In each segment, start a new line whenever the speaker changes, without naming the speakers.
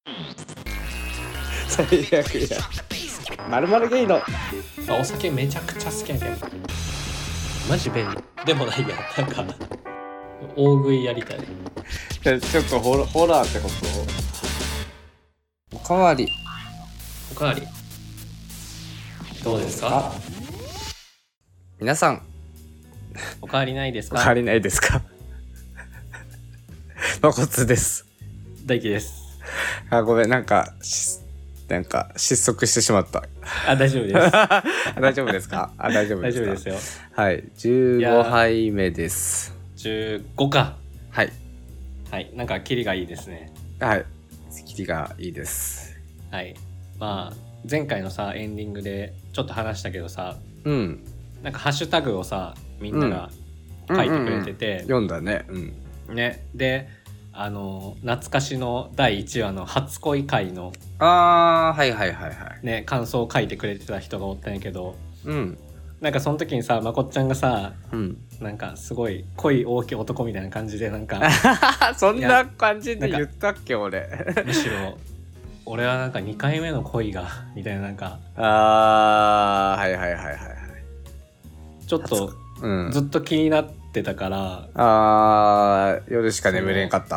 最悪や。まるまるゲイの
お酒めちゃくちゃ好きやけどマジ便利でもないや。なんか大食いやりたい。
ちょっとホラーってこと？おかわり
どうですか？
皆さん
おかわりないですか？
おかわりないですか？まこつです。
大輝です。
ごめん、なんか失速してしまった。
大丈夫です。
大丈夫ですか？大丈夫ですか？
大丈夫ですよ。
はい、15杯目です。
15か。
はい
なんかキリがいいですね。
はい、キリがいいです。
はい。まあ前回のさエンディングでちょっと話したけどさ、なんかハッシュタグをさみんなが書いてくれてて、
読んだね。
ね、で懐かしの第1話の初恋会の
はい
ね感想を書いてくれてた人がおったんやけど、
なん
かその時にさまこっちゃんがさ、なんかすごい恋大きい男みたいな感じでなんか
そんな感じで言ったっけ俺。
むしろ俺はなんか2回目の恋がみたいななんか
はい
ちょっとずっと気になってたから、
夜しか眠れんかった。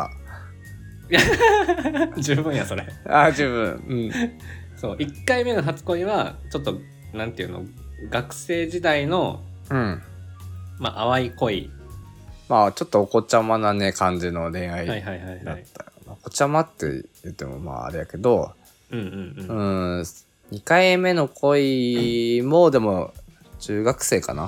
十分やそれ。
十分。
そう1回目の初恋はちょっとなんていうの学生時代の淡い恋、
ちょっとお子ちゃまなね感じの恋愛だった。お子ちゃまって言ってもあれやけど、2回目の恋もでも中学生かな。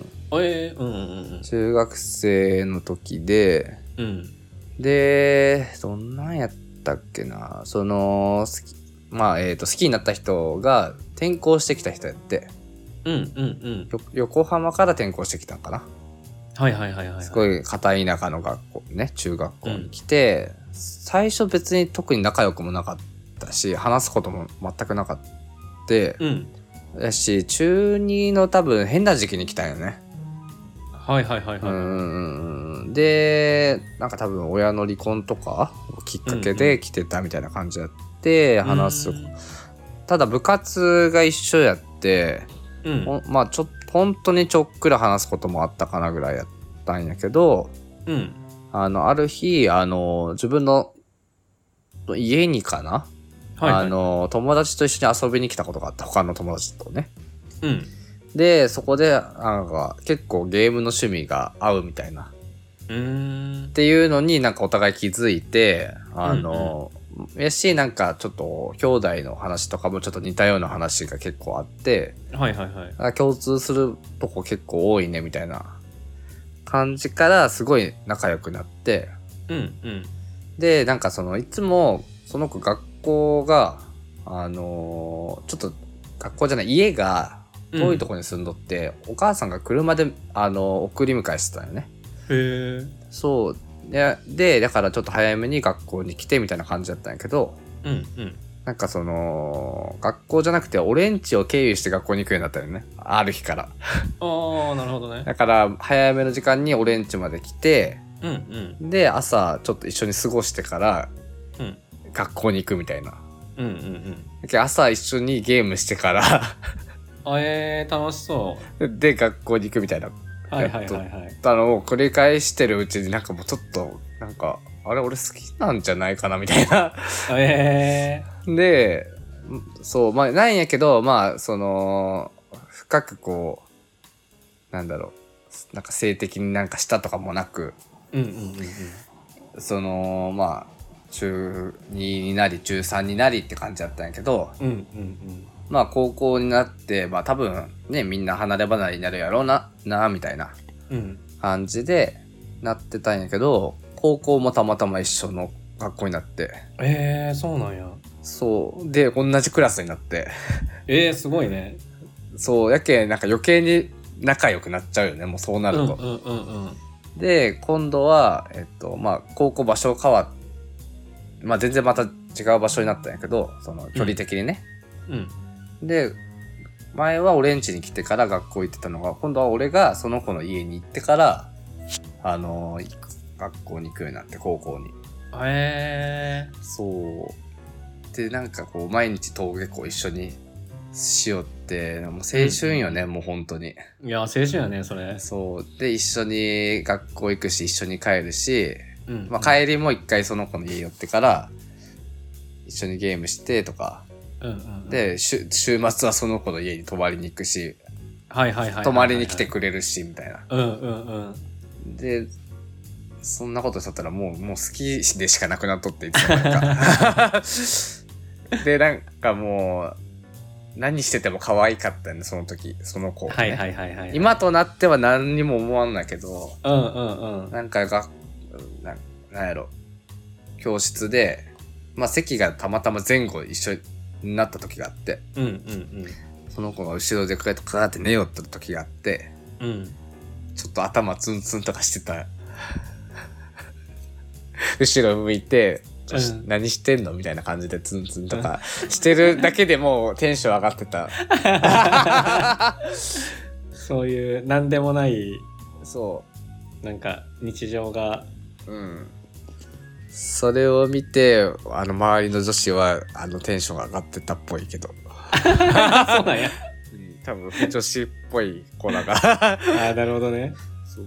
中学生の時で、でどんなんやったっけな。その好きになった人が転校してきた人やって、横浜から転校してきたんかな。すごい片田舎の学校ね、中学校に来て、最初別に特に仲良くもなかったし話すことも全くなかった。やし中2の多分変な時期に来たんよね。でなんか多分親の離婚とかきっかけで来てたみたいな感じやって話す。ただ部活が一緒やって、本当にちょっくら話すこともあったかなぐらいやったんやけど、ある日自分の家にかな、友達と一緒に遊びに来たことがあった。他の友達とね。でそこでなんか結構ゲームの趣味が合うみたいなっていうのになんかお互い気づいて、やしなんかちょっと兄弟の話とかもちょっと似たような話が結構あって、共通するとこ結構多いねみたいな感じからすごい仲良くなって、でなんかいつもその子学校がちょっと学校じゃない家が遠いところに住んどって、お母さんが車で送り迎えしてたよね。そうでだからちょっと早めに学校に来てみたいな感じだったんやけど、なんか学校じゃなくて俺ん家を経由して学校に行くようになったよね、ある日から。
なるほどね。
だから早めの時間に俺ん家まで来て、で朝ちょっと一緒に過ごしてから、学校に行くみたいな。朝一緒にゲームしてから
楽しそう。
で学校に行くみたいなたのを繰り返してるうちになんかもうちょっとなんかあれ俺好きなんじゃないかなみたいなでそうなんやけど深くこうなんか性的になんかしたとかもなく、中2になり中3になりって感じだったんやけど、高校になって、多分ねみんな離れ離れになるやろうなみたいな感じでなってたんやけど、高校もたまたま一緒の学校になって。
そうなんや。
そうで同じクラスになって
すごいね。
そうやけなんか余計に仲良くなっちゃうよね、もうそうなると。で今度は高校場所変わって全然また違う場所になったんやけど、その距離的にね。で前は俺ん家に来てから学校行ってたのが、今度は俺がその子の家に行ってから学校に行くようになって、高校に。
へえ。
そでなんかこう毎日登下校一緒にしよってもう青春よね、もう本当に。
いや青春やねそれ。
そうで一緒に学校行くし一緒に帰るし、まあ、帰りも一回その子の家寄ってから一緒にゲームしてとか、で週末はその子の家に泊まりに行くし、泊まりに来てくれるしみたいな。でそんなことしとったらもう好きでしかなくなっとっていつもなんかでなんかもう何してても可愛かったよねその時その子、ね、今となっては何にも思わんだけど、なんかなんやろ教室で、まあ、席がたまたま前後一緒になった時があって、その子が後ろでこうやってカーって寝よった時があって、ちょっと頭ツンツンとかしてた後ろ向いて、何してんのみたいな感じでツンツンとかしてるだけでもうテンション上がってた
そういう何でもない
そう
なんか日常が、
それを見て周りの女子はテンションが上がってたっぽいけど
そうなんや、
多分女子っぽい子だから
あ、なるほどね。
そう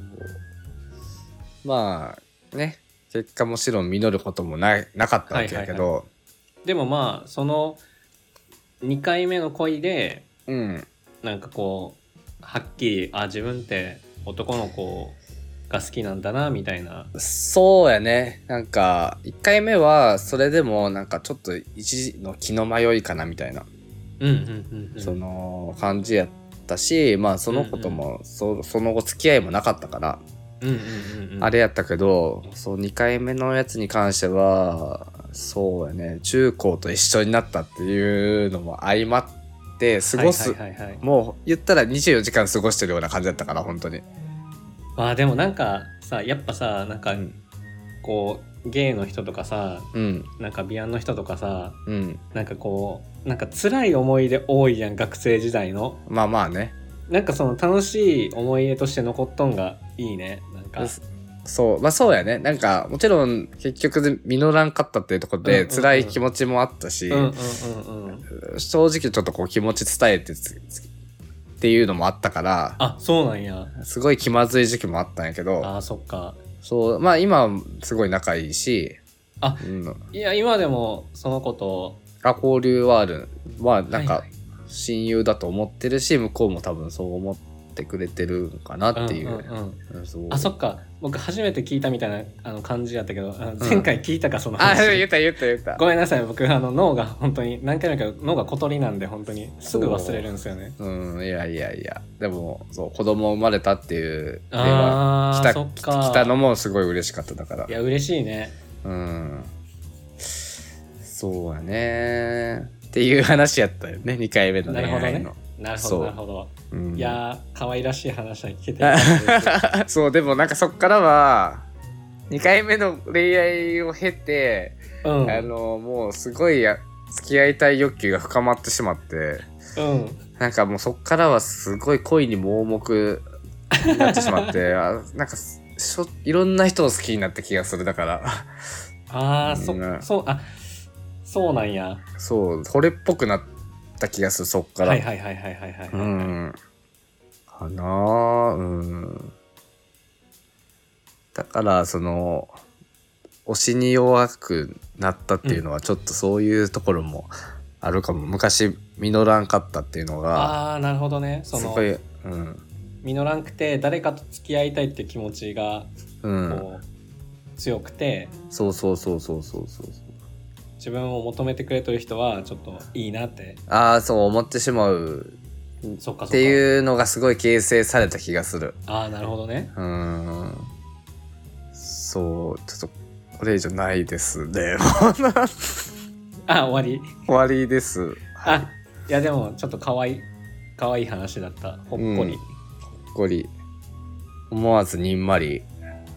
まあね結果もちろん実ることもなかったわけだけど、
でもまあその2回目の恋で、なんかこうはっきり自分って男の子が好きなんだなみたいな。
そうやね。なんか1回目はそれでもなんかちょっと一時の気の迷いかなみたいな、その感じやったし、まあその子とも、その後付き合いもなかったから、あれやったけど、そう2回目のやつに関してはそうやね、中高と一緒になったっていうのも相まって過ごす、もう言ったら24時間過ごしてるような感じだったから本当に。
でもなんかさやっぱさなんか、こうゲイの人とかさ、なんかビアンの人とかさ、なんかこうなんか辛い思い出多いやん学生時代の。
まあね。
なんかその楽しい思い出として残っとんがいいね。なんか
そうまあそうやね。なんかもちろん結局実らんかったっていうところで辛い気持ちもあったし、正直ちょっとこう気持ち伝えてっていうのもあったから。
あ、そうなんや。
すごい気まずい時期もあったんやけど。
そっか。
そうまあ今はすごい仲いいし。
いや今でもその子と
交流はある。まあなんか親友だと思ってるし、向こうも多分そう思ってくれてるんかなっていう。そっ
か。僕初めて聞いたみたいな感じやったけど、前回聞いたかその話。
言った
ごめんなさい、僕脳が本当に何回も言うけど脳が小鳥なんで本当にすぐ忘れるんですよね。
いやでもそう子供生まれたっていう例は来たのもすごい嬉しかっただから。
いや嬉しいね。
そうやねっていう話やったよね2回目の恋愛の。
なるほど、いや可愛らしい話は聞けて
そうでもなんかそっからは2回目の恋愛を経て、もうすごい付き合いたい欲求が深まってしまって、なんかもうそっからはすごい恋に盲目になってしまってなんかいろんな人を好きになった気がする。だから
そうなんや。
そう惚れっぽくなった気がするそっから。かなだからその推しに弱くなったっていうのはちょっとそういうところもあるかも。昔実らんかったっていうのが。
なるほどね。
そのすごい、
実らんくて誰かと付き合いたいって気持ちがこう強くて、そう自分を求めてくれてる人はちょっといいなって
そう思ってしまうっていうのがすごい形成された気がする。
なるほどね。
そうちょっとこれ以上ないですね
終
わりです。
いやでもちょっと可愛い話だった。ほっこり、
思わずにんまり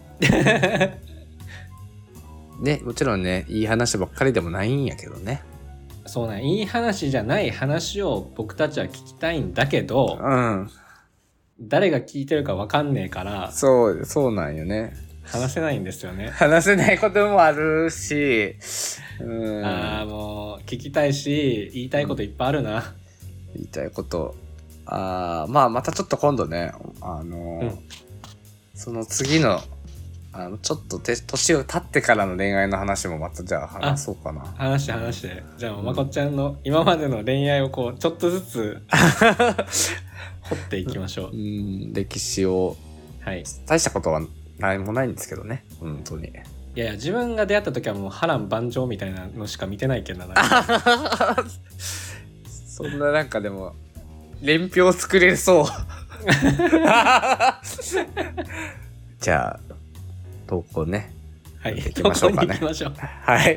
ね、もちろんねいい話ばっかりでもないんやけどね。
そうね、いい話じゃない話を僕たちは聞きたいんだけど、誰が聞いてるか分かんねえから
そうなんよね。
話せないんですよね。
話せないこともあるし、
もう聞きたいし言いたいこといっぱいあるな、
言いたいことまあまたちょっと今度ねその次のちょっと年を経ってからの恋愛の話もまたじゃあ話そうかな。
話してじゃあまこっちゃんの今までの恋愛をこうちょっとずつ掘っていきましょう。
歴史を、はい、大したことは何もないんですけどね本当に。
いや自分が出会った時はもう波乱万丈みたいなのしか見てないけどな。
そんななんかでも年表作れそう。じゃあ投稿ね。
はい。
行きましょうかね。
行きましょう。
はい。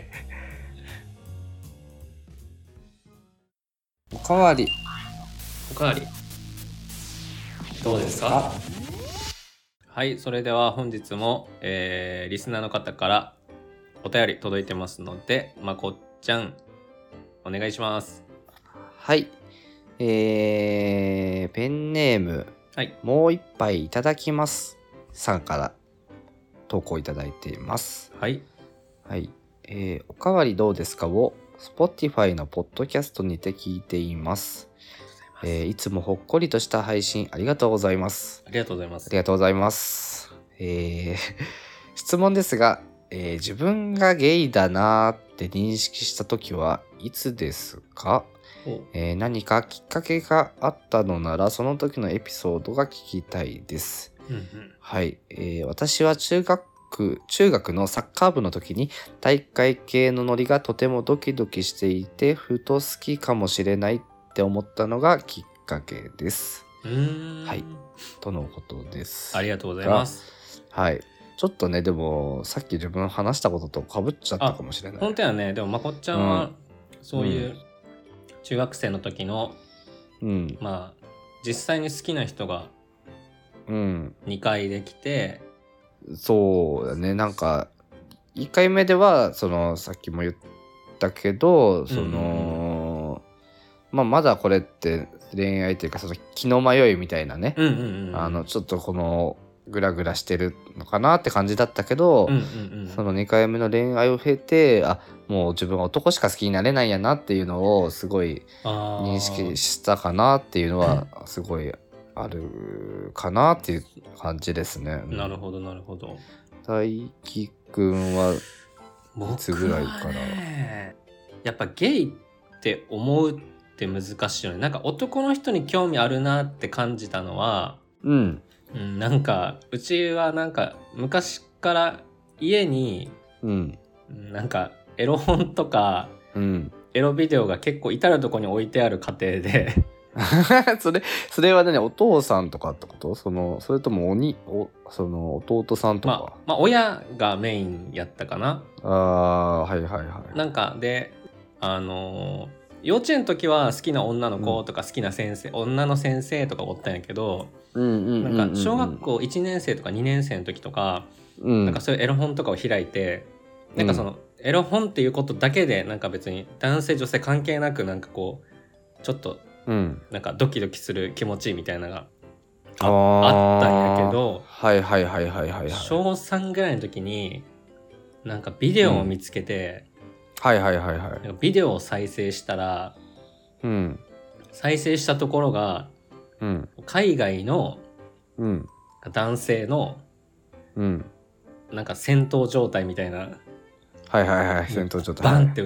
おかわり。
どうですか？はい、それでは本日も、リスナーの方からお便り届いてますので、まこっちゃんお願いします。
はい。ペンネーム、はい、もう一杯いただきますさんから投稿いただいています。
はい。
はい。おかわりどうですかを Spotify のポッドキャストにて聞いています。いつもほっこりとした配信ありがとうございます。
ありがとうございます。
ありがとうございます。質問ですが、自分がゲイだなって認識した時はいつですか？何かきっかけがあったのならその時のエピソードが聞きたいです。はい、私は中学のサッカー部の時に大会系のノリがとてもドキドキしていてふと好きかもしれないって思ったのがきっかけです。はい、とのことです。
ありがとうございます。
はい、ちょっとねでもさっき自分話したこととかぶっちゃったかもしれない。
本当やね。でもまこっちゃんはそういう中学生の時の、まあ実際に好きな人が2回できて、
そうだね。なんか1回目ではそのさっきも言ったけどその、まだこれって恋愛というかその気の迷いみたいなね、ちょっとこのグラグラしてるのかなって感じだったけど、その2回目の恋愛を経てもう自分は男しか好きになれないんやなっていうのをすごい認識したかなっていうのはすごいあるかなっていう感じですね。
なるほどなるほど。
大輝くんはいつぐらいから？
やっぱゲイって思うって難しいよね。なんか男の人に興味あるなって感じたのは、なんかうちはなんか昔から家に、なんかエロ本とか、エロビデオが結構至るとこに置いてある家庭で
それはねお父さんとかってこと？それともその弟さんとか？
親がメインやったかな。
はいはいはい。
なんかで幼稚園の時は好きな女の子とか好きな先生、女の先生とかおったんやけど、なんか小学校1年生とか2年生の時とか、なんかそういうエロ本とかを開いて、なんかそのエロ本っていうことだけでなんか別に男性女性関係なくなんかこうちょっとなんかドキドキする気持ちみたいなのがあったんやけど、小3ぐらいの時になんかビデオを見つけて、ビデオを再生したら、再生したところが、海外の、男性の、なんか戦闘状態みたいな、
戦闘状態
バンって映って、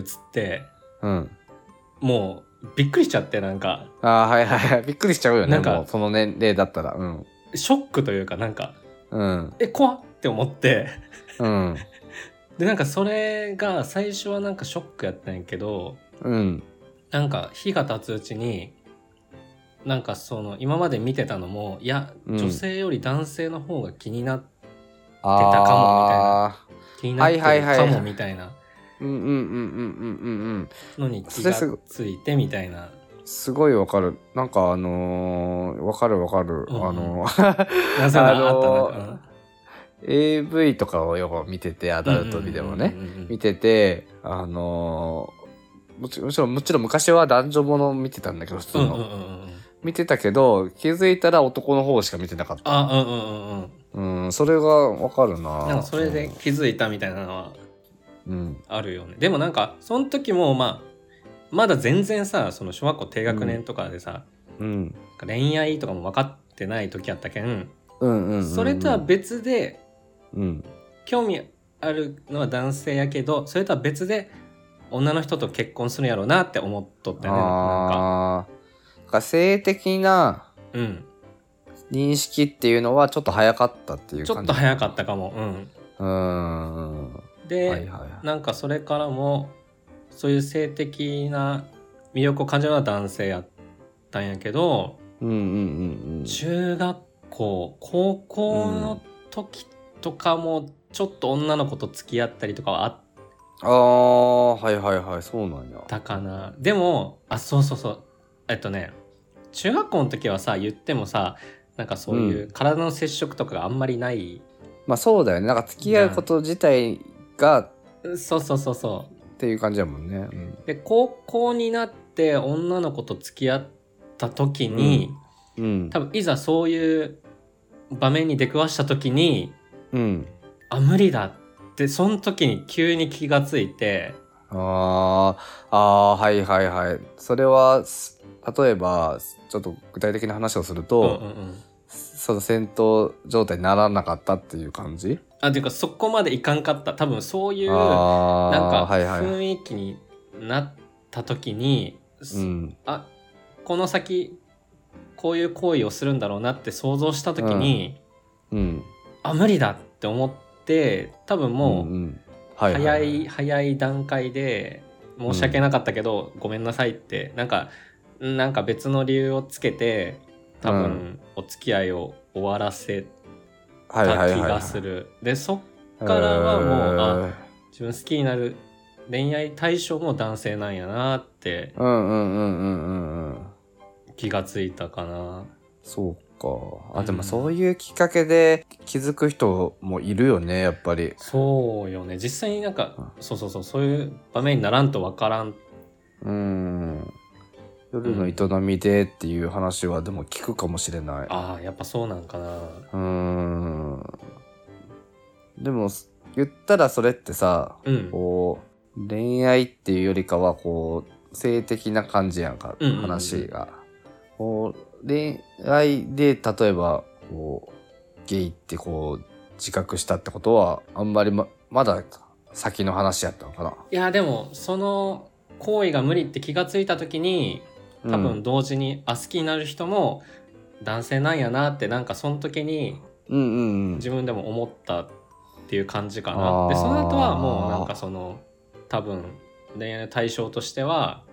もうびっくりしちゃって、なんか
びっくりしちゃうよね。なんかもうその年齢だったら、
ショックというかなんか、怖っって思ってでなんかそれが最初はなんかショックやったんやけど、なんか日が経つうちになんかその今まで見てたのもいや、女性より男性の方が気になってたかもみたいな、気になってるかもみたいなのに気がついてみたいな。
すごいわかる。なんかわかる。
なぜなあったな。
AV とかをよく見てて、アダルトビデオね、見てて、もちろん昔は男女もの見てたんだけど、普通の、見てたけど気づいたら男の方しか見てなかった。それがわかるな。
なんかそれで気づいたみたいなのはあるよね。でもなんかその時もまだ全然さその小学校低学年とかでさ、
うん、
恋愛とかも分かってない時あったけん、
うんうんうんうん、
それとは別で、
うん、
興味あるのは男性やけどそれとは別で女の人と結婚するんやろうなって思っとったよね。
なんか性的な認識っていうのはちょっと早かったっていう感じ。
ちょっと早かったかも。で、はいはいはい、なんかそれからもそういう性的な魅力を感じるのは男性やったんやけど、中学校高校の時とかもちょっと女の子と付き合ったりとかはあ
はいはいはい、そうなんや。
だかな。でもそう中学校の時はさ言ってもさなんかそういう体の接触とかがあんまりない、
まあそうだよね。なんか付き合うこと自体が
そう
っていう感じだもんね。
で高校になって女の子と付き合った時に、多分いざそういう場面に出くわした時に、無理だってその時に急に気がついて、
はいはいはい。それは例えばちょっと具体的な話をすると、その戦闘状態にならなかったっていう感じ？
っていうかそこまでいかんかった。多分そういうなんか雰囲気になった時に、この先こういう行為をするんだろうなって想像した時に、無理だって思って多分もう早い段階で申し訳なかったけど、ごめんなさいってなんか別の理由をつけて多分お付き合いを終わらせた気がする。でそっからはもう自分好きになる恋愛対象も男性なんやなって気がついたかな。
そうか。でもそういうきっかけで気づく人もいるよね、やっぱり。
そうよね。実際になんかそういう場面にならんとわからん。
夜の営みでっていう話はでも聞くかもしれない。
やっぱそうなんかな。
でも言ったらそれってさ、こう恋愛っていうよりかはこう性的な感じやんか、話が。こう恋愛で例えばこうゲイってこう自覚したってことはあんまり まだ先の話やったのかな。
いやでもその行為が無理って気がついた時に多分同時に、好きになる人も男性なんやなってなんかその時に自分でも思ったっていう感じかな。でその後はもうなんかその多分恋愛の対象としては、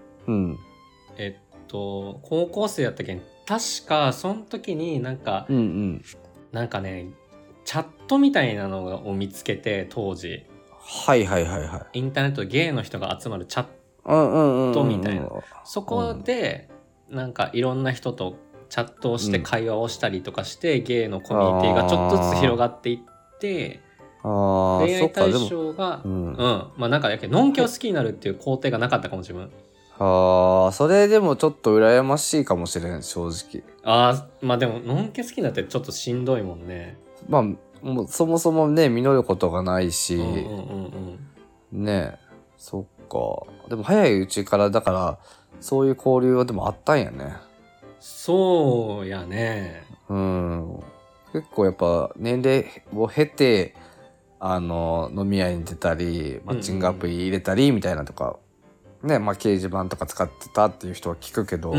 高校生やったけん確かその時になんか、なんかねチャットみたいなのを見つけて当時、インターネットでゲイの人が集まるチャットみたいな、そこでなんかいろんな人とチャットをして会話をしたりとかして、ゲイのコミュニティがちょっとずつ広がっていって恋愛対象がまあなんかだけどのんけを好きになるっていう工程がなかったかも自分。
それでもちょっと羨ましいかもしれん正直。
まあでものんけ好きになってちょっとしんどいもんね。
まあもうそもそもね実ることがないし、ね。そっか。でも早いうちからだからそういう交流はでもあったんやね。
そうやね。
結構やっぱ年齢を経て飲み屋に出たりマッチングアプリ入れたりみたいなとか、ね、まあ掲示板とか使ってたっていう人は聞くけど、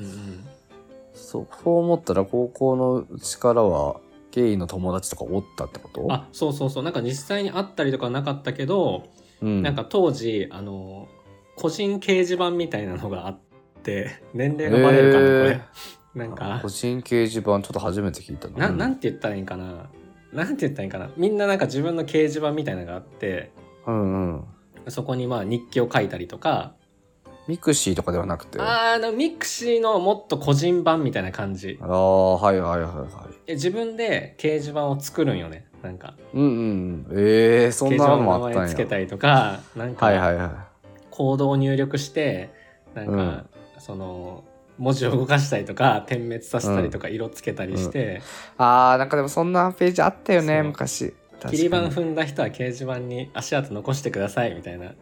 そう思ったら高校のうちからはゲイの友達とかおったってこと？
そうなんか実際に会ったりとかはなかったけど、なんか当時個人掲示板みたいなのがあって年齢がバレるかな、これ。なんか
個人掲示板ちょっと初めて聞いたな。
なんて言ったらいいんかな。みんななんか自分の掲示板みたいなのがあって、そこにまあ日記を書いたりとか。
ミクシーとかではなくて、
ミクシーのもっと個人版みたいな感じ。自分で掲示板を作るんよね。なんか
そんなのもあったんや。掲示板の名前
つけたりとか、なんかコードを入力してなんか、その文字を動かしたりとか点滅させたりとか色つけたりして、
なんかでもそんなページあったよね昔。
切り板踏んだ人は掲示板に足跡残してくださいみたいな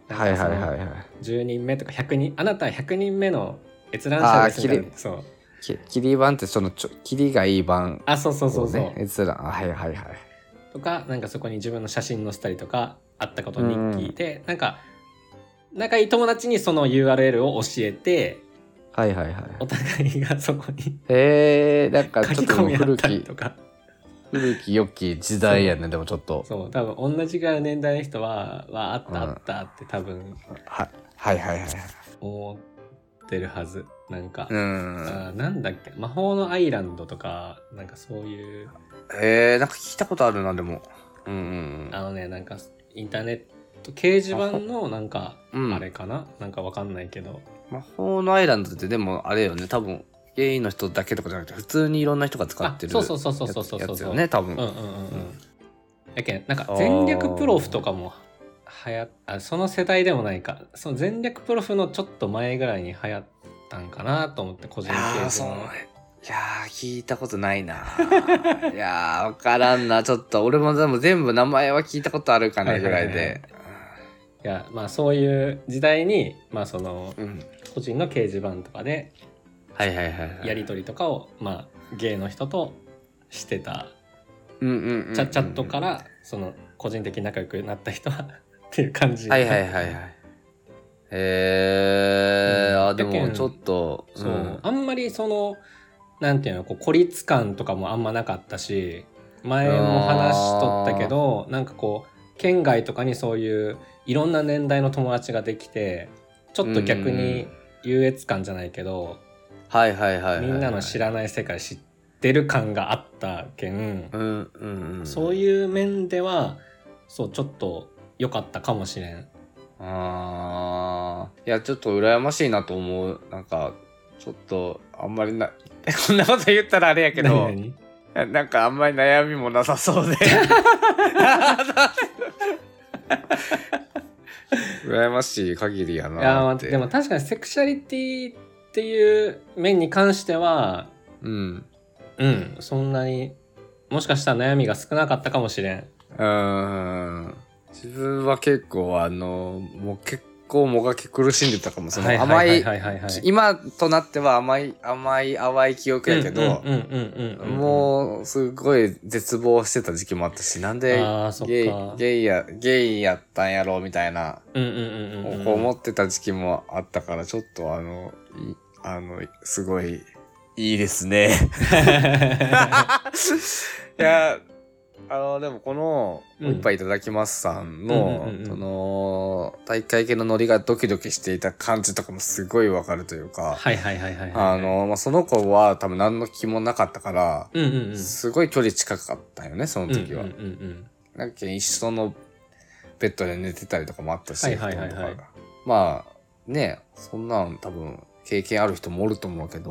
はいはいはいはい。
10人目とか100人、あなたは100人目の閲覧者ですみたいな。そう
キリ版ってそのキリがいい版、
あ、そうそうそうそう、
閲覧、はいはいはい。
とか、なんかそこに自分の写真載せたりとか、あったこと日記で、なんか仲いい友達にその URL を教えて、
はいはいはい、
お互いがそこに
なんかちょっと
古
き良き時代やね。でもちょっと
そう、多分同じぐらいの年代の人はあったあったって多分、
はいはいはいはい
思ってるはず。なんかなんだっけ、魔法のアイランドとか、なんかそういう、
なんか聞いたことあるな。でも
なんかインターネット掲示板のなんかあれかな、なんかわかんないけど、
魔法のアイランドってでもあれよね、多分ゲイの人だけとかじゃなくて普通にいろんな人が使ってる
そうや
つよね、多分。
やけんなんか全略プロフとかもその世代でもないか、その全略プロフのちょっと前ぐらいに流行ったんかなと思って、個人系
の。いやー聞いたことないな。いやー分からんな。ちょっと俺もでも全部名前は聞いたことあるかなぐらいで、
いや、まあそういう時代に、まあその、個人の掲示板とかでやり取りとかを、まあゲイの人としてた、チャットからその個人的に仲良くなった人はっていう感じ。
はいはいはいはい。でもちょっと
そう、あんまりそのなんていうの、こう孤立感とかもあんまなかったし、前も話しとったけど、なんかこう県外とかにそういういろんな年代の友達ができて、ちょっと逆に優越感じゃないけど、みんなの知らない世界知ってる感があったけん、そういう面ではそうちょっと良かったかもしれん。
いやちょっと羨ましいなと思う。なんかちょっとあんまりこんなこと言ったらあれやけど、なんかあんまり悩みもなさそうで羨ましい限りやなって。
いやでも確かにセクシャリティっていう面に関してはそんなにもしかしたら悩みが少なかったかもしれん。
自分は結構もう結構もがき苦しんでたかも。その甘い、今となっては甘い淡い記憶やけど、もうすごい絶望してた時期もあったし、なんでゲイやったんやろうみたいな思ってた時期もあったから、ちょっとすごいいいですね。いやでもこのお一杯いただきますさんのその大会系のノリがドキドキしていた感じとかもすごいわかるというか、その子は多分何の気もなかったから、すごい距離近かったよね、その時は。なんか一緒のベッドで寝てたりとかもあったし、まあね、そんなん多分経験ある人もおると思うけど、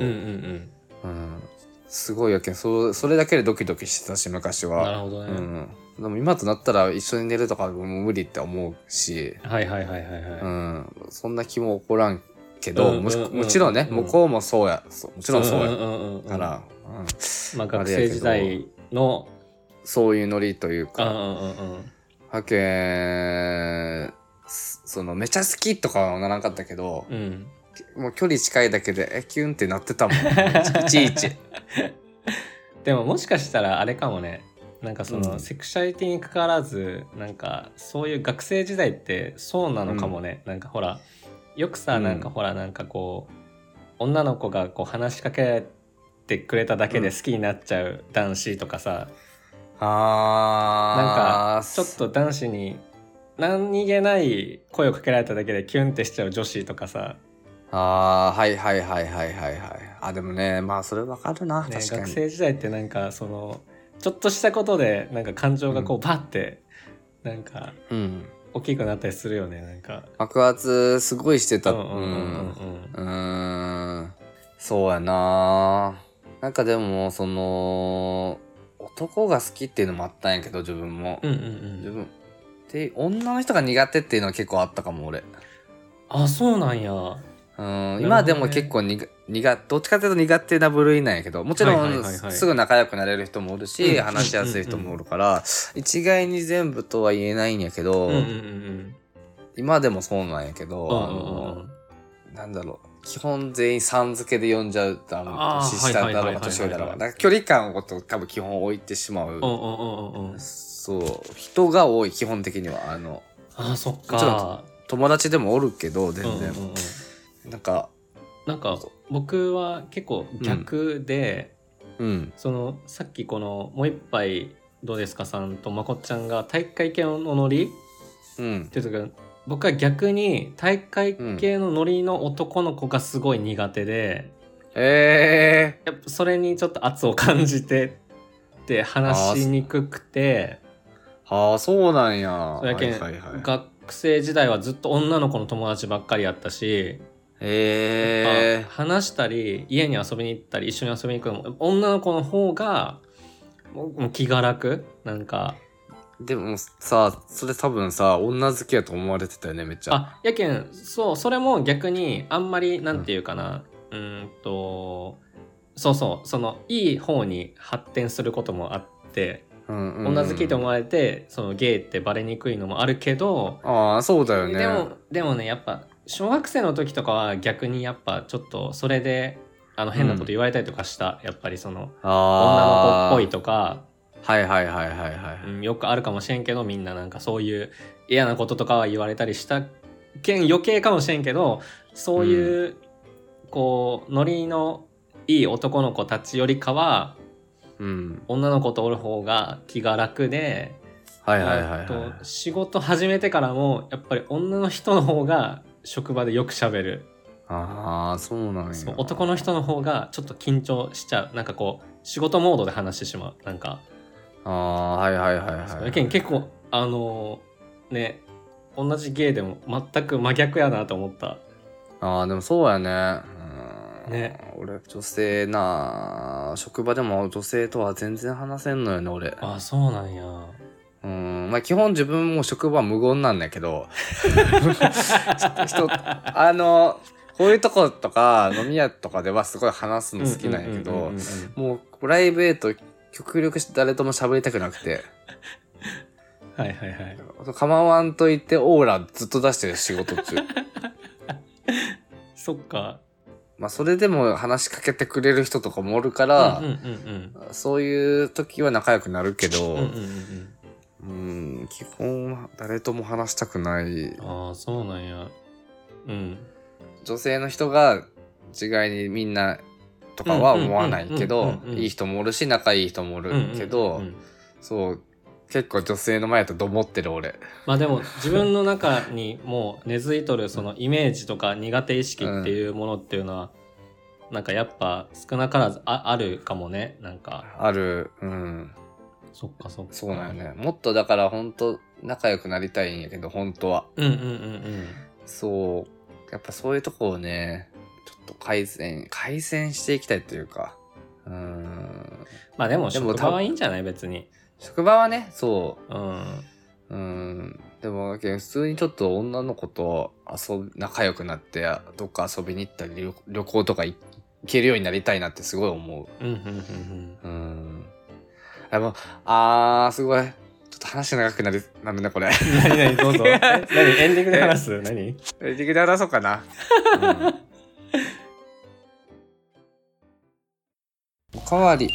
すごいやけん、それだけでドキドキしてたし、昔は。
なるほどね。
でも今となったら一緒に寝るとかも無理って思うし、そんな気も起こらんけど、もちろんね、向こうもそうや、もちろんそうやから、
まあ学生時代の
そういうノリというか、はけん、そのめちゃ好きとかはならなかったけど、もう距離近いだけでキュンってなってたもん。いちいち。
でももしかしたらあれかもね。なんかそのセクシャリティに関わらず、なんかそういう学生時代ってそうなのかもね。なんかほらよくさ、なんかほらなんかこう女の子がこう話しかけてくれただけで好きになっちゃう男子とかさ、なんかちょっと男子に何気ない声をかけられただけでキュンってしちゃう女子とかさ。
でもね、まあそれわかるな、確かに。
学生時代ってなんかそのちょっとしたことでなんか感情がこうバッてなんか大きくなったりするよね。なんか
爆発すごいしてた。そうやな。なんかでもその男が好きっていうのもあったんやけど、自分も自分で女の人が苦手っていうのは結構あったかも、俺。
あ、そうなんや。
今でも結構どっちかというと苦手な部類なんやけど、もちろんすぐ仲良くなれる人もおるし、話しやすい人もおるから、一概に全部とは言えないんやけど、 今でもそうなんやけど、なんだろう、基本全員さん付けで呼んじゃうと、年下だろうが年上だろうが、なんか距離感を多分基本置いてしまう。そう、人が多い、基本的には。
そっか。
もちろん友達でもおるけど、全然。なんか
僕は結構逆で、さっきこのもう一杯どうですかさんとまこっちゃんが体育会系のノリっていうとか、僕は逆に体育会系のノリの男の子がすごい苦手で、やっぱそれにちょっと圧を感じてって話しにくくて、
そうなんや。
そやけん、学生時代はずっと女の子の友達ばっかりやったし、話したり家に遊びに行ったり一緒に遊びに行くのも女の子の方がもう気が楽。なんか
でもさ、それ多分さ女好きやと思われてたよね、めっちゃ。
やけん、それも逆にあんまりなんていうかな、そのいい方に発展することもあって、女好きと思われてそのゲイってバレにくいのもあるけど、
そうだよね。
でもね、やっぱ小学生の時とかは逆にやっぱちょっとそれで変なこと言われたりとかした、やっぱりその女の子っぽいとか、よくあるかもしれんけど、みんななんかそういう嫌なこととかは言われたりしたけん余計かもしれんけど、そういう、こうノリのいい男の子たちよりかは、女の子とおる方が気が楽で、仕事始めてからもやっぱり女の人の方が職場でよく喋る。
そうなんや。
男の人の方がちょっと緊張しちゃう。なんかこう仕事モードで話してしまう。なんか結構ね、同じゲイでも全く真逆やなと思った。
でもそうやね。俺女性職場でも女性とは全然話せんのよね、俺。
そうなんや。
基本自分も職場は無言なんだけどこういうとことか飲み屋とかではすごい話すの好きなんやけど、もうプライベート極力誰とも喋りたくなくて構わんといてオーラずっと出してる、仕事中。
そっか。
それでも話しかけてくれる人とかもおるから、そういう時は仲良くなるけど、基本誰とも話したくない。
そうなんや。
女性の人が一概にみんなとかは思わないけど、いい人もおるし仲いい人もおるけど、そう結構女性の前だとどもってる俺。
でも自分の中にもう根付いとるそのイメージとか苦手意識っていうものっていうのは、なんかやっぱ少なからずあるかもね。なんか
ある。そっか。そうなんよね。もっとだから本当仲良くなりたいんやけど、本当は。そうやっぱそういうとこをね、ちょっと改善していきたいというか。
でも職場はいいんじゃない？別に
職場はね、そう。でも普通にちょっと女の子と仲良くなってどっか遊びに行ったり旅行とか行けるようになりたいなってすごい思う。でもすごいちょっと話長くなるねこれ。
何どうぞ。エンディングで話す？何？エン
ディングで話そうかな。おかわり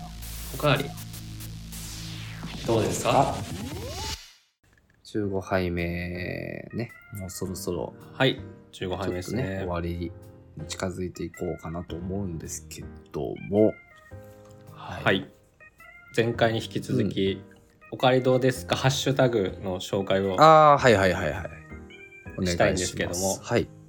どうですか
？15杯目ね、もうそろそろ
15杯目ですね。
終わりに近づいていこうかなと思うんですけども、
前回に引き続き、おかわりどうですかハッシュタグの紹介をしたいんですけども、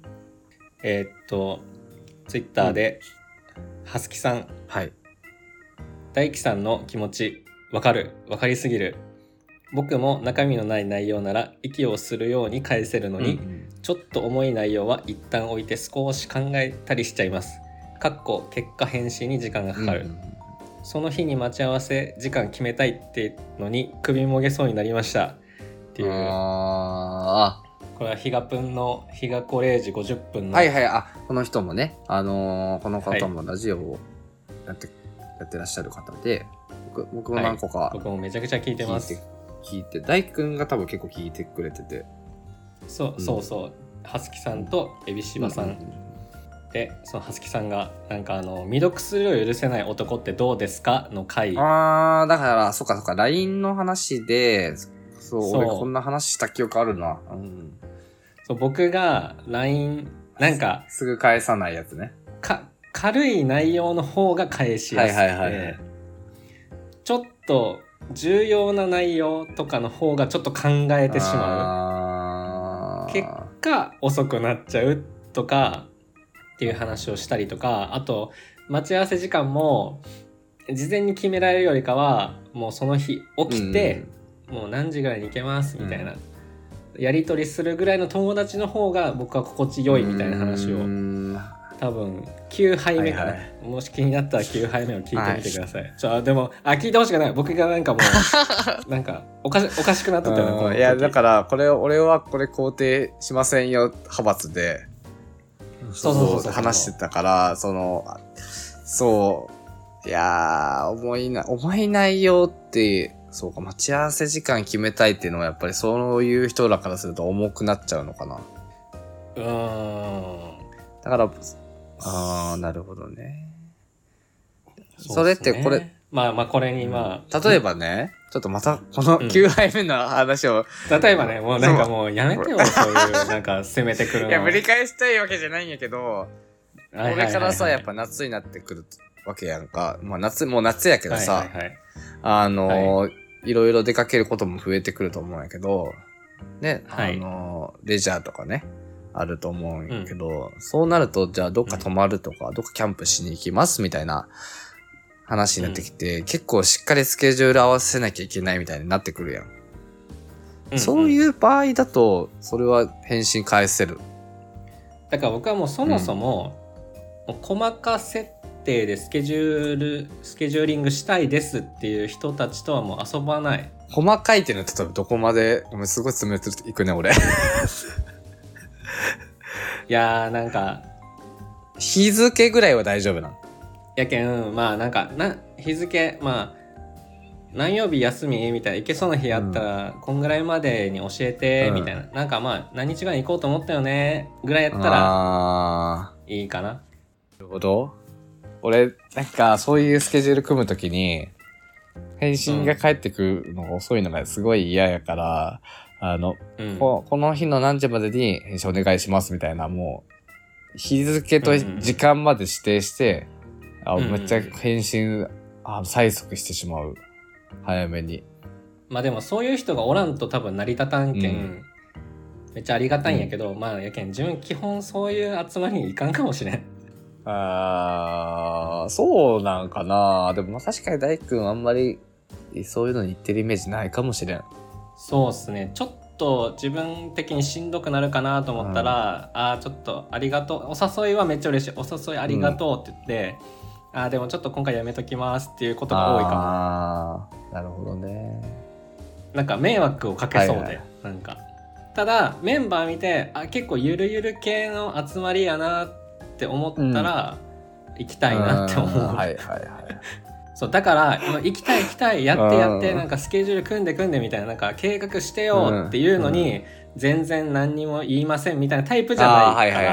ツイッターで、はすきさん、大輝さんの気持ちわかりすぎる。僕も中身のない内容なら息をするように返せるのに、ちょっと重い内容は一旦置いて少し考えたりしちゃいます。結果返信に時間がかかる。その日に待ち合わせ時間決めたいってのに首もげそうになりましたっていう。これはヒガプンのヒガコ0時50分の
この人もね、この方もラジオをやってらっしゃる方で、僕も何個か、
僕もめちゃくちゃ聞いてます。
聞いて大輝くんが多分結構聞いてくれてて、
そうはすきさんとエビシバさん、でそのはすきさんがなんか未読スルーを許せない男ってどうですかの回。
だからそっか LINE の話で俺こんな話した記憶あるな。
そう僕が LINE なんか
すぐ返さないやつね。
軽い内容の方が返しやすくて、ちょっと重要な内容とかの方がちょっと考えてしまう。結果遅くなっちゃうとかっていう話をしたりとか、あと待ち合わせ時間も事前に決められるよりかはもうその日起きて、もう何時ぐらいに行けますみたいな、やり取りするぐらいの友達の方が僕は心地よいみたいな話を多分9杯目かな、もし気になったら9杯目を聞いてみてください。でも聞いてほしくない。僕がなんかもうなんかおかしくなっとったよね。
いやだから俺はこれ肯定しませんよ派閥でそう話してたから、いや重い内容ってそうか、待ち合わせ時間決めたいっていうのはやっぱりそういう人らからすると重くなっちゃうのかな。だからなるほどね。それってこれ
まあこれに
例えばね、ちょっとまたこの9杯目の話を、
例えばね、もうなんかもうやめてよそういうなんか攻めてくるの。
いやぶり返したいわけじゃないんやけど、これからさやっぱ夏になってくるわけやんか。もう夏やけどさ、いろいろ出かけることも増えてくると思うんやけどね、レジャーとかねあると思うんやけど、そうなるとじゃあどっか泊まるとか、どっかキャンプしに行きますみたいな話になってきて、結構しっかりスケジュール合わせなきゃいけないみたいになってくるやん。そういう場合だとそれは返信返せる。
だから僕はもうそもそも、もう細か設定でスケジューリングしたいですっていう人たちとはもう遊ばない。
細かいっていうのは例えばどこまで、ごめんすごい詰めていくね俺。
いやーなんか
日付ぐらいは大丈夫なの？
やけんなんか日付何曜日休みみたいな、行けそうな日あったらこんぐらいまでに教えてみたいな、なんか何日ぐらい行こうと思ったよねぐらいやったらいいかな。
なるほど。俺なんかそういうスケジュール組むときに返信が返ってくるのが遅いのがすごい嫌やから、この日の何時までに返信お願いしますみたいな、もう日付と時間まで指定して、めっちゃ返信催促してしまう。早めに。
でもそういう人がおらんと多分成り立たんけん、めっちゃありがたいんやけど、やけん自分基本そういう集まりに行かんかもしれん。
そうなんかな。でも確かに大君あんまりそういうのに行ってるイメージないかもしれん。
そうっすね。ちょっと自分的にしんどくなるかなと思ったら、ちょっとありがとう、お誘いはめっちゃ嬉しい、お誘いありがとうって言って、でもちょっと今回やめときますっていうことが多いか
も。なるほどね。
なんか迷惑をかけそうで、なんかただメンバー見て結構ゆるゆる系の集まりやなって思ったら、行きたいなって思う。そうだから行きたいやってなんかスケジュール組んでみたいな、なんか計画してよっていうのに、全然何にも言いませんみたいなタイプじゃないから。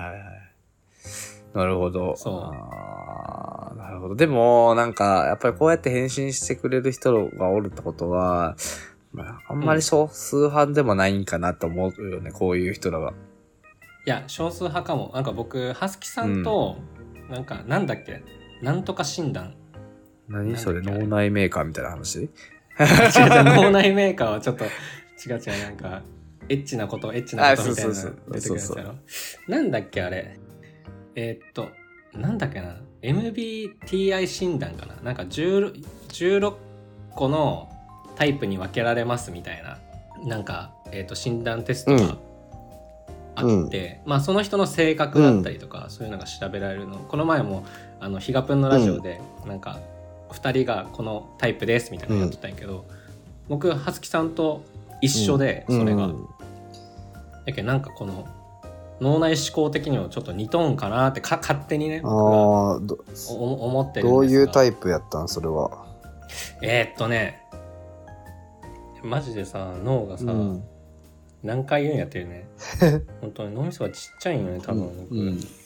なるほど。なるほど。でもなんかやっぱりこうやって返信してくれる人がおるってことは、あんまり少数派でもないんかなと思うよね、こういう人らが。
いや少数派かも。なんか僕はすきさんと、なんだっけ、なんとか診断。
何それ、脳内メーカーみたいな話？違う
脳内メーカーはちょっと違うなんかエッチなことみたいな出てくるやつやろ。なんだっけあれ、なんだっけな、 MBTI 診断かな。なんか16個のタイプに分けられますみたいな、なんか、診断テストがあって、その人の性格だったりとか、そういうのが調べられるの。この前もヒガプンのラジオで、なんか2人がこのタイプですみたいなのやってたんやけど、僕はつきさんと一緒で、それが、だけどなんかこの脳内思考的にはちょっと似とんかなって勝手にね、僕は思ってるんですが。
どういうタイプやったんそれは？
マジでさ、脳がさ、 何回言うんやってるね本当に脳みそがちっちゃいんよね多分僕、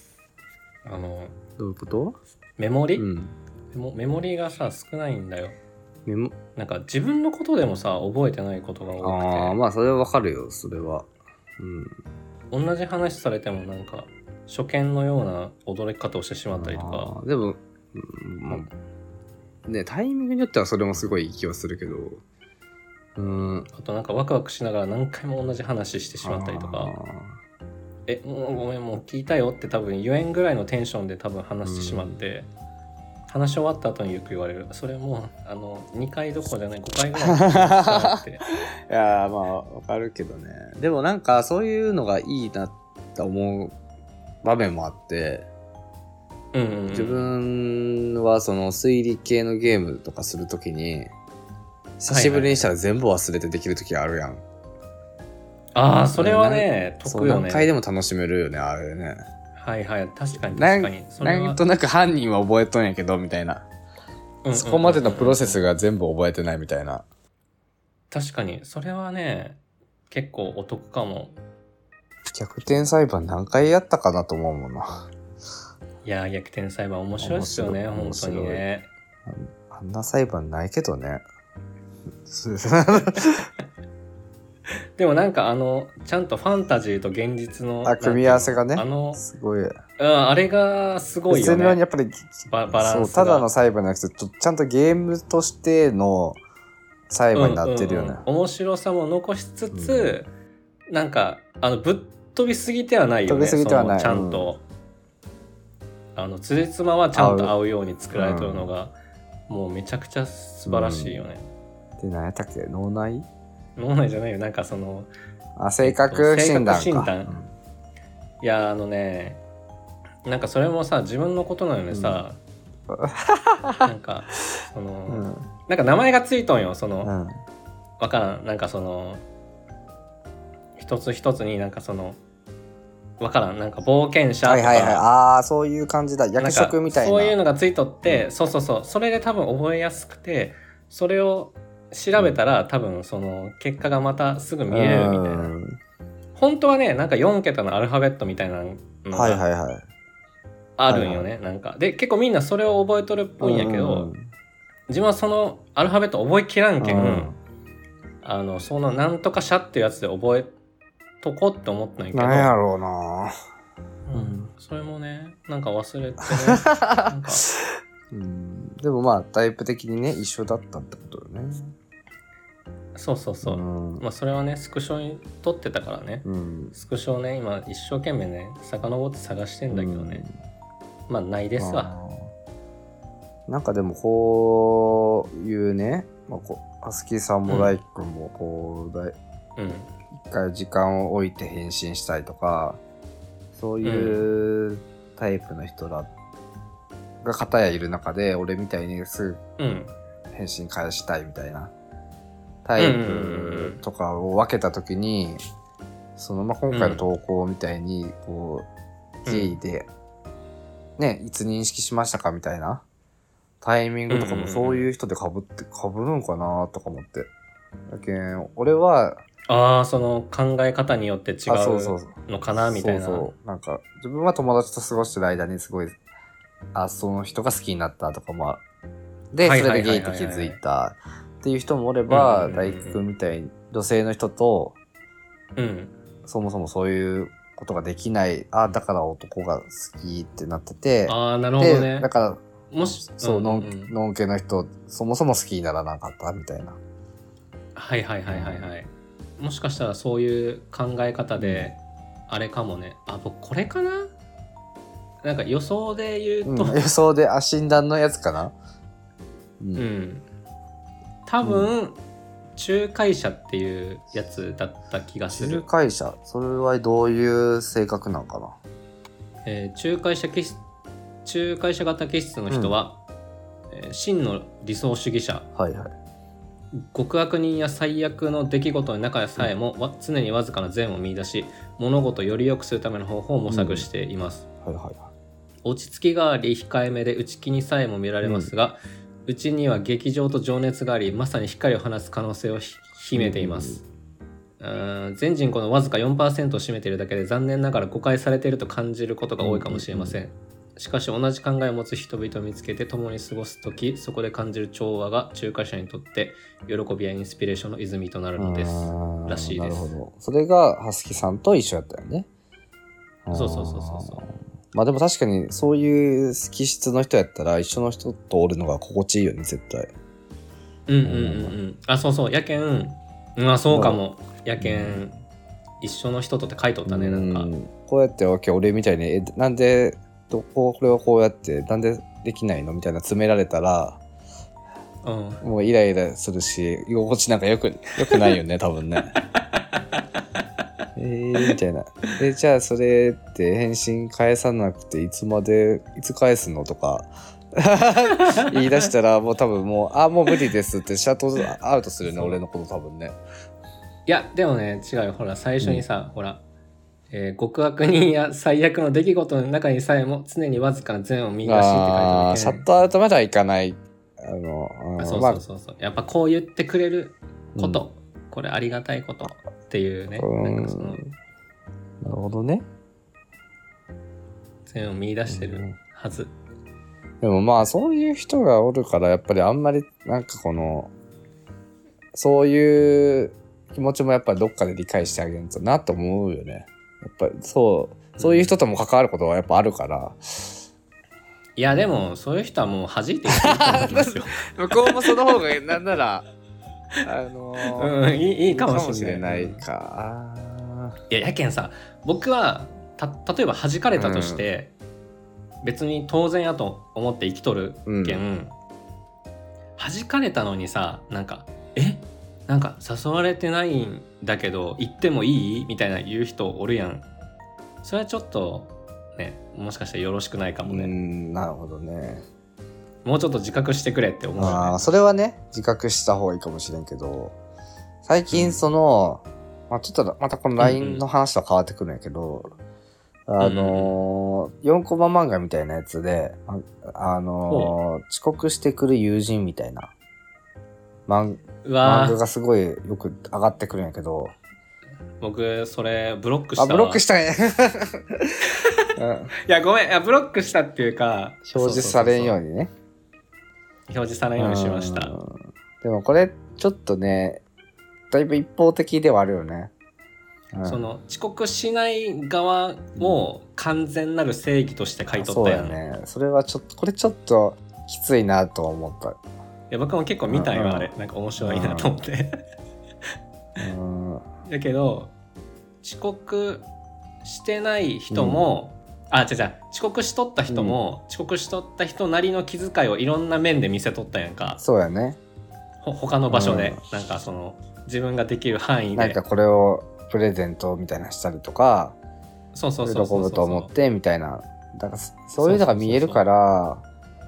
どういうこと？
メモリ、メモリがさ少ないんだよ。なんか自分のことでもさ覚えてないことが多くて。
まあそれはわかるよそれは。
同じ話されてもなんか初見のような驚き方をしてしまったりとか。
でも、ねタイミングによってはそれもすごいいい気はするけど。
あとなんかワクワクしながら何回も同じ話してしまったりとか。もうごめんもう聞いたよって多分言えんぐらいのテンションで多分話してしまって、話し終わった後によく言われる。それも2回どころじゃない5回ぐらいしたって。
いやまあわかるけどね。でもなんかそういうのがいいなって思う場面もあって、自分はその推理系のゲームとかするときに久しぶりにしたら全部忘れてできるときあるやん。
それはね得よね。
何回でも楽しめるよねあれね。
はいはい確かに
なんとなく犯人は覚えとんやけどみたいな、そこまでのプロセスが全部覚えてないみたいな。
確かにそれはね結構お得かも。
逆転裁判何回やったかなと思うもんな。
いや逆転裁判面白いですよね本当にね。
あんな裁判ないけどね
でもなんかちゃんとファンタジーと現実の
組み合わせがねすごい、
あれがすごいよね。
やっぱり
バランスが
そうただの裁判じゃなくてちゃんとゲームとしての裁判になってるよね、
面白さも残しつつ、なんかぶっ飛びすぎてはないよね。飛びすぎてはない。ちゃんとつじつまはちゃんと合うように作られてるのが、もうめちゃくちゃ素晴らしいよね。
で何やったっけ脳内
じゃないよ。なんかその
性格診断か、
いやなんかそれもさ自分のことなのにさ、なんかその、なんか名前がついとんよその、わからん。なんかその一つ一つになんかそのわからん。なんか冒険者とか、
そういう感じだ。役職みたいな。
そういうのがついとって、そうそれで多分覚えやすくて、それを調べたら多分その結果がまたすぐ見えるみたいな。本当はねなんか4桁のアルファベットみたいなのがあるんよね。なんかで結構みんなそれを覚えとるっぽいんやけど、自分はそのアルファベット覚えきらんけん、そのなんとか社っていうやつで覚えとこって思ったんやけど、
なんやろうな、
それもねなんか忘れてねなんか
でもまあタイプ的にね一緒だったってことよね。
そう、まあそれはねスクショに撮ってたからね、スクショをね今一生懸命ね遡って探してんだけどね、まあないですわ。
なんかでもこういうね、ハスキーさんもライ君もこう一回時間を置いて返信したいとか、そういうタイプの人が片やいる中で、俺みたいにすぐ返信返したいみたいなタイプとかを分けたときに、その今回の投稿みたいにこう経緯でね、いつ認識しましたかみたいなタイミングとかもそういう人で被るんかなとか思って。だけん俺は
その考え方によって違うのかなみたいな。
なんか自分は友達と過ごしてる間にすごいその人が好きになったとかもで、それでゲイって気づいたっていう人もおれば、大工君みたいに女性の人と、そもそもそういうことができない、だから男が好きってなってて、
なるほどね。
だからもしノン系の人そもそも好きにならなかったみたいな。
もしかしたらそういう考え方であれかもね。僕これかな。なんか予想で言うと、
予想で診断のやつかな。
多分、仲介者っていうやつだった気がする。
仲介者、それはどういう性格なんかな。
仲介者型気質の人は、真の理想主義者、極悪人や最悪の出来事の中でさえも、常にわずかな善を見出し、物事をより良くするための方法を模索しています。落ち着きがあり控えめで内気にさえも見られますが、内には劇場と情熱があり、まさに光を放つ可能性を秘めています。 全人口のわずか 4% を占めているだけで残念ながら誤解されていると感じることが多いかもしれません。しかし同じ考えを持つ人々を見つけて共に過ごすとき、そこで感じる調和が仲介者にとって喜びやインスピレーションの泉となるのですらしいです。
なるほど。それがハスキさんと一緒やったよね。
そう。
まあでも確かにそういう気質の人やったら一緒の人とおるのが心地いいよね、絶対。
あ、そうやけん、まあそうかも。やけん一緒の人とって書いとったね。なんか
こうやって俺みたいになんでこれをこうやってなんでできないのみたいな詰められたら、もうイライラするし居心地なんかよくないよね多分ね。みたいな。じゃあそれって返信返さなくていつ返すのとか言い出したらもう多分もう無理ですってシャットアウトするね、俺のこと多分ね。
いやでもね違うよ。ほら最初にさ、ほら、極悪人や最悪の出来事の中にさえも常にわずかな善を見出しって書いてある。
シャットアウトまではいかない。
そうやっぱこう言ってくれること、これありがたいことっていうね、なんかその
なるほどね、
善を見出してるはず。
でもまあそういう人がおるからやっぱりあんまりなんかそういう気持ちもやっぱりどっかで理解してあげるとなと思うよね。やっぱりそういう人とも関わることはやっぱあるから。
いやでもそういう人はもう弾いていくと思いますよ。
向こうもその方がなんなら
いいかもしれない
か。
いやけんさ、僕は例えば弾かれたとして、別に当然やと思って生きとるけん、弾かれたのにさ、なんか誘われてないんだけど行ってもいいみたいな言う人おるやん。それはちょっとね、もしかしたらよろしくないかもね。な
るほどね。
もうちょっと自覚してくれって思うよね。
それはね自覚した方がいいかもしれんけど、最近ちょっとまたこの LINE の話とは変わってくるんやけど、4コマ漫画みたいなやつで遅刻してくる友人みたいな漫画がすごいよく上がってくるんやけど、
僕それブロックしたわ。
ブロックしたんや。
いやごめん、ブロックしたっていうか
表示されんようにね。
表示されんようにしました。
でもこれちょっとねだいぶ一方的ではあるよね。
その遅刻しない側も完全なる正義として書いとったやん。
そうやね。それはこれちょっときついなと思った。い
や僕も結構見たよ、あれ。なんか面白いなと思って。だけど遅刻してない人も、遅刻しとった人も、遅刻しとった人なりの気遣いをいろんな面で見せとったやんか。
そうやね。
他の場所で、なんか自分ができる範囲で
なんかこれをプレゼントみたいなしたりとか、喜ぶと思ってみたいな、だからそういうのが見えるから、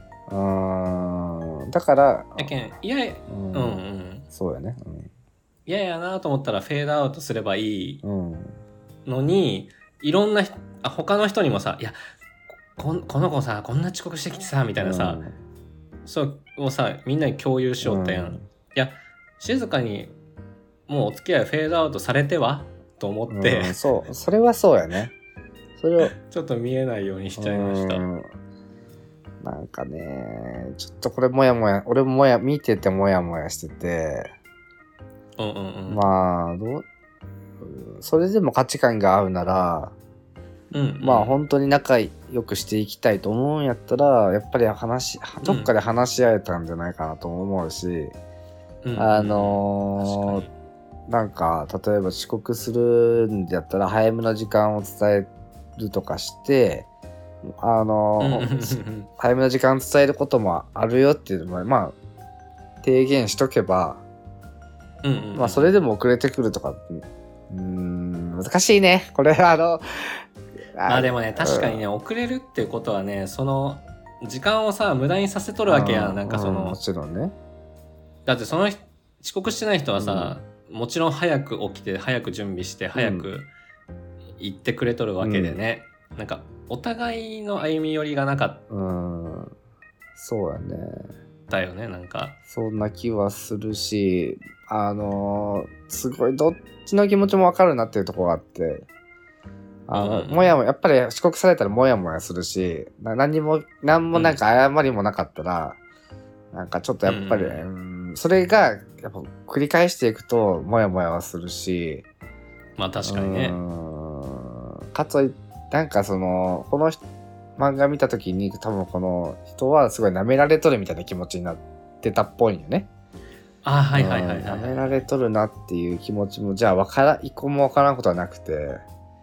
だから
やけん
そうやね。
嫌やなと思ったらフェードアウトすればいいのに、いろんな他の人にもさ、いやこの子さこんな遅刻してきてさみたいなさ、そうをさみんなに共有しようったやん。いや静かにもうお付き合いフェードアウトされてはと思って、
それはそうやね。それを
ちょっと見えないようにしちゃいました。
なんかね、ちょっとこれ俺も見ててモヤモヤしてて、まあそれでも価値観が合うなら、まあ本当に仲良くしていきたいと思うんやったら、やっぱりどっかで話し合えたんじゃないかなと思うし、なんか例えば遅刻するんだったら早めの時間を伝えるとかして、早めの時間を伝えることもあるよっていうのもまあ提言しとけば、まあそれでも遅れてくるとか、難しいねこれ。
まあでもね、確かにね、遅れるっていうことはね、その時間をさ無駄にさせとるわけやん。なんか
もちろんね。
だって遅刻してない人はさ、もちろん早く起きて早く準備して早く行ってくれとるわけでね、なんかお互いの歩み寄りがなかった。
そうやね。
だよねなんか。
そんな気はするし、すごいどっちの気持ちも分かるなっていうところがあって、もやもやっぱり遅刻されたらもやもやするし、何もなんか謝りもなかったら、なんかちょっとやっぱり、それがやっぱ繰り返していくともやもやはするし、
まあ確かにね。
かつなんかこの漫画見た時に多分この人はすごい舐められとるみたいな気持ちになってたっぽいんよね。
はい。
舐められとるなっていう気持ちもじゃあ一個も分からんことはなくて、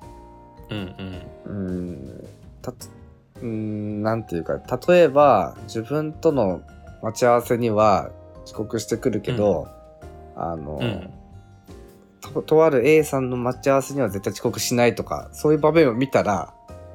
なんていうか、例えば自分との待ち合わせには遅刻してくるけど、とある A さんの待ち合わせには絶対遅刻しないとか、そういう場面を見たら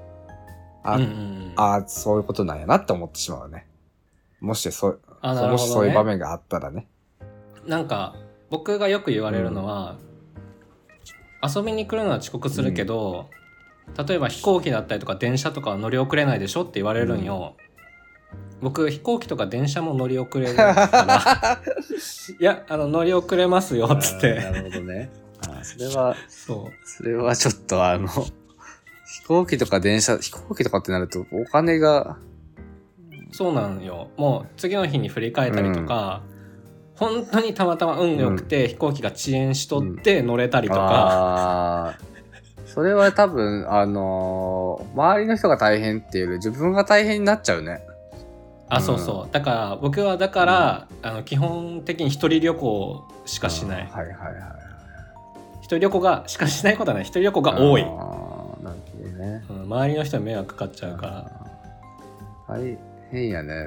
そういうことなんやなって思ってしまうね。もしそういう場面があったらね。
なんか僕がよく言われるのは、遊びに来るのは遅刻するけど、例えば飛行機だったりとか電車とかは乗り遅れないでしょって言われるんよ。僕飛行機とか電車も乗り遅れるからいや乗り遅れますよっつって。
なるほどね。それはちょっと飛行機とかってなるとお金が。
そうなんよ。もう次の日に振り返ったりとか、本当にたまたま運良くて飛行機が遅延しとって乗れたりとか、
それは多分周りの人が大変っていうより自分が大変になっちゃうね。
そうだから僕は基本的に一人旅行しかしない。一人旅行がしかしないことはない。一人旅行が多い。
なるほどね。
周りの人に迷惑かかっちゃうから。
大変やね。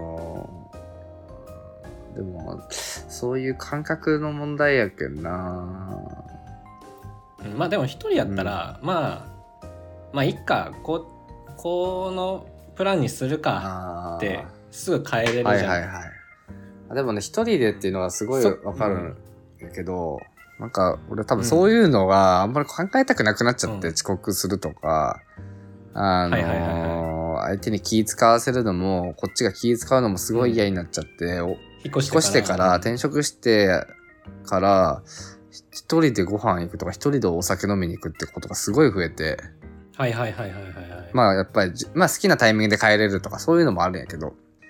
でもそういう感覚の問題やけんな。
まあでも一人やったら、まあいっか、このプランにするかってすぐ変えれるじゃん。
でもね、一人でっていうのはすごいわかるんだけど、なんか俺多分そういうのがあんまり考えたくなくなっちゃって、遅刻するとか、相手に気使わせるのもこっちが気使うのもすごい嫌になっちゃって、引っ越してから転職してから一人でご飯行くとか一人でお酒飲みに行くってことがすごい増えて、まあやっぱり好きなタイミングで帰れるとかそういうのもあるんやけど、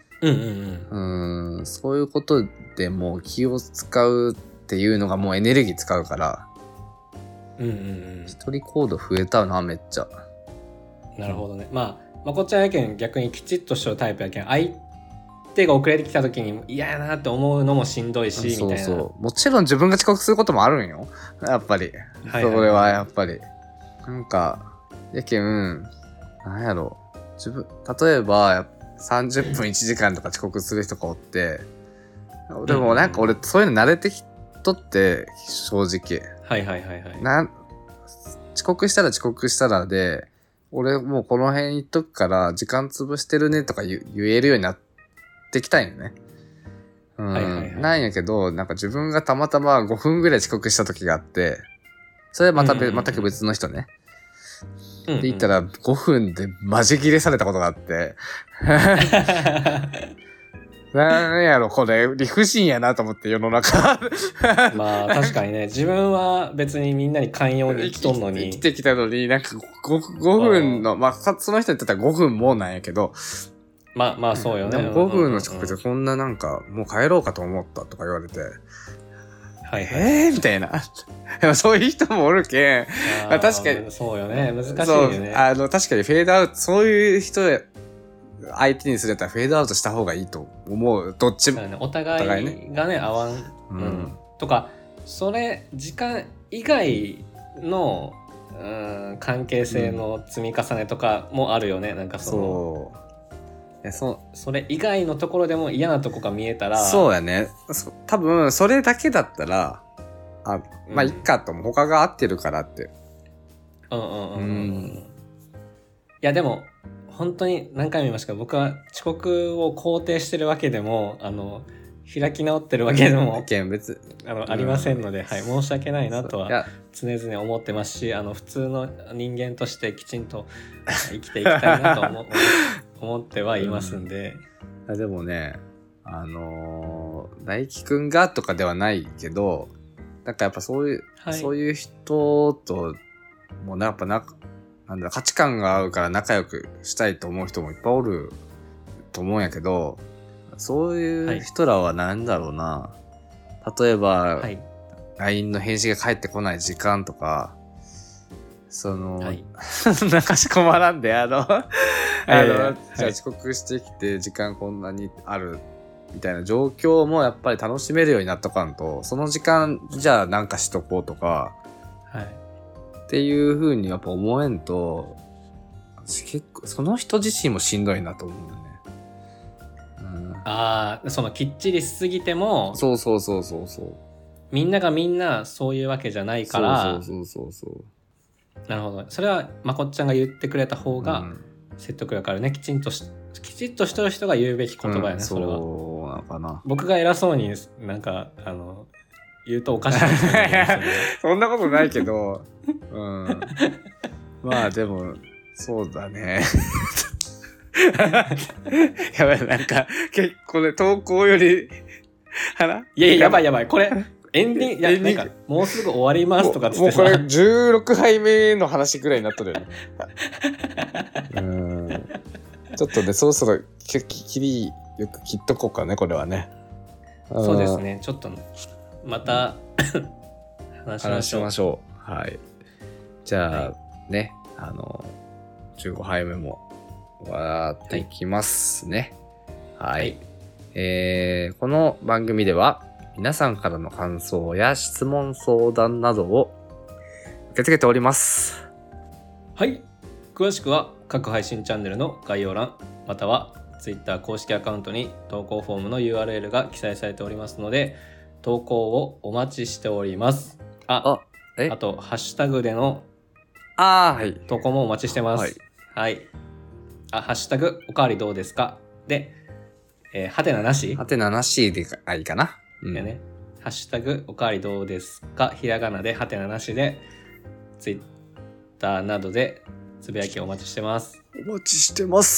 そういうことでもう気を使うっていうのがもうエネルギー使うから、一人行動増えたなめっちゃ。
なるほどね。まあこっちはやけん逆にきちっとしとるタイプやけん、相手が遅れてきた時に嫌やなって思うのもしんどいし、みたいな。
もちろん自分が遅刻することもあるんよ、やっぱり。それはやっぱりなんかやけん、なんやろ、例えば30分1時間とか遅刻する人がおって、でもなんか俺そういうの慣れてきとって、正直遅刻したらで、俺もうこの辺行っとくから時間潰してるねとか言えるようになってきたんよね。なんやけど、なんか自分がたまたま5分ぐらい遅刻した時があって、それは全く別の人ね。で言ったら5分でマジ切れされたことがあってなんやろこれ理不尽やなと思って、世の中
まあ確かにね、自分は別にみんなに寛容に生きとんのに
生きてきたのに、なんか 5分のその人言ってたら5分もなんやけど、
まあそうよね。
5分の遅刻でこんななんかもう帰ろうかと思ったとか言われて、みたいなそういう人もおるけん、確かに
そうよね、難しいよね。
確かにフェードアウト、そういう人相手にするやったらフェードアウトした方がいいと思う。どっちも、
お互いがね合わん、とか、それ時間以外の関係性の積み重ねとかもあるよね。なんかそれ以外のところでも嫌なとこが見えたら、
そうやね。多分それだけだったらまあいっかと、他が合ってるからって。
いやでも本当に何回も言いましたけど、僕は遅刻を肯定してるわけでも開き直ってるわけでもありませんので、申し訳ないなとは常々思ってますし、普通の人間としてきちんと生きていきたいなと思ってはいますんで。
でもね、 大輝くんがとかではないけど、なんかやっぱそういう、はい、そういう人と、もうやっぱなんだ、価値観が合うから仲良くしたいと思う人もいっぱいおると思うんやけど、そういう人らはなんだろうな。例えば、はい、LINE の返信が返ってこない時間とか、はい、なんかし困らんで、じゃあ遅刻してきて時間こんなにあるみたいな状況もやっぱり楽しめるようになっとかんと、その時間じゃあなんかしとこうとか、はい、っていう風にやっぱ思えんと、結構その人自身もしんどいなと思うね。
そのきっちりしすぎても、
そう
みんながみんなそういうわけじゃないから、
そう
なるほど。それはまこっちゃんが言ってくれた方が説得力あるね。きちっとしてる人が言うべき言葉やね、それは。
そうなのかな。
僕が偉そうになんか言うとおかしいかもしれない。
そんなことないけど、まあでもそうだね。やばい、なんか結構ね、投稿より
いややばいこれエンディング、いやなんかもうすぐ終わりますとかっつって
もうこれ16杯目の話ぐらいになっとるよね。ちょっとね、そろそろ切りよく切っとこうかね、これはね。
そうですね、ちょっとまた
話しましょう。はい。じゃあ、はい、ね、15杯目も終わっていきますね。はい。この番組では皆さんからの感想や質問相談などを受け付けております。
はい。詳しくは各配信チャンネルの概要欄または Twitter 公式アカウントに投稿フォームの URL が記載されておりますので投稿をお待ちしております。あとハッシュタグでの投稿もお待ちしてます。はい。ハッシュタグおかわりどうですかで、はてななし
でいいかな。
ね、ハッシュタグおかわりどうですかひらがなではてななしでツイッターなどでつぶやきお待ちしてます。
お待ちしてます。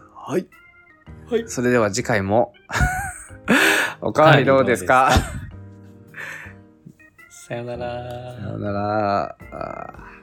はい。それでは次回もおかわりどうですか。
さよなら。
さよなら。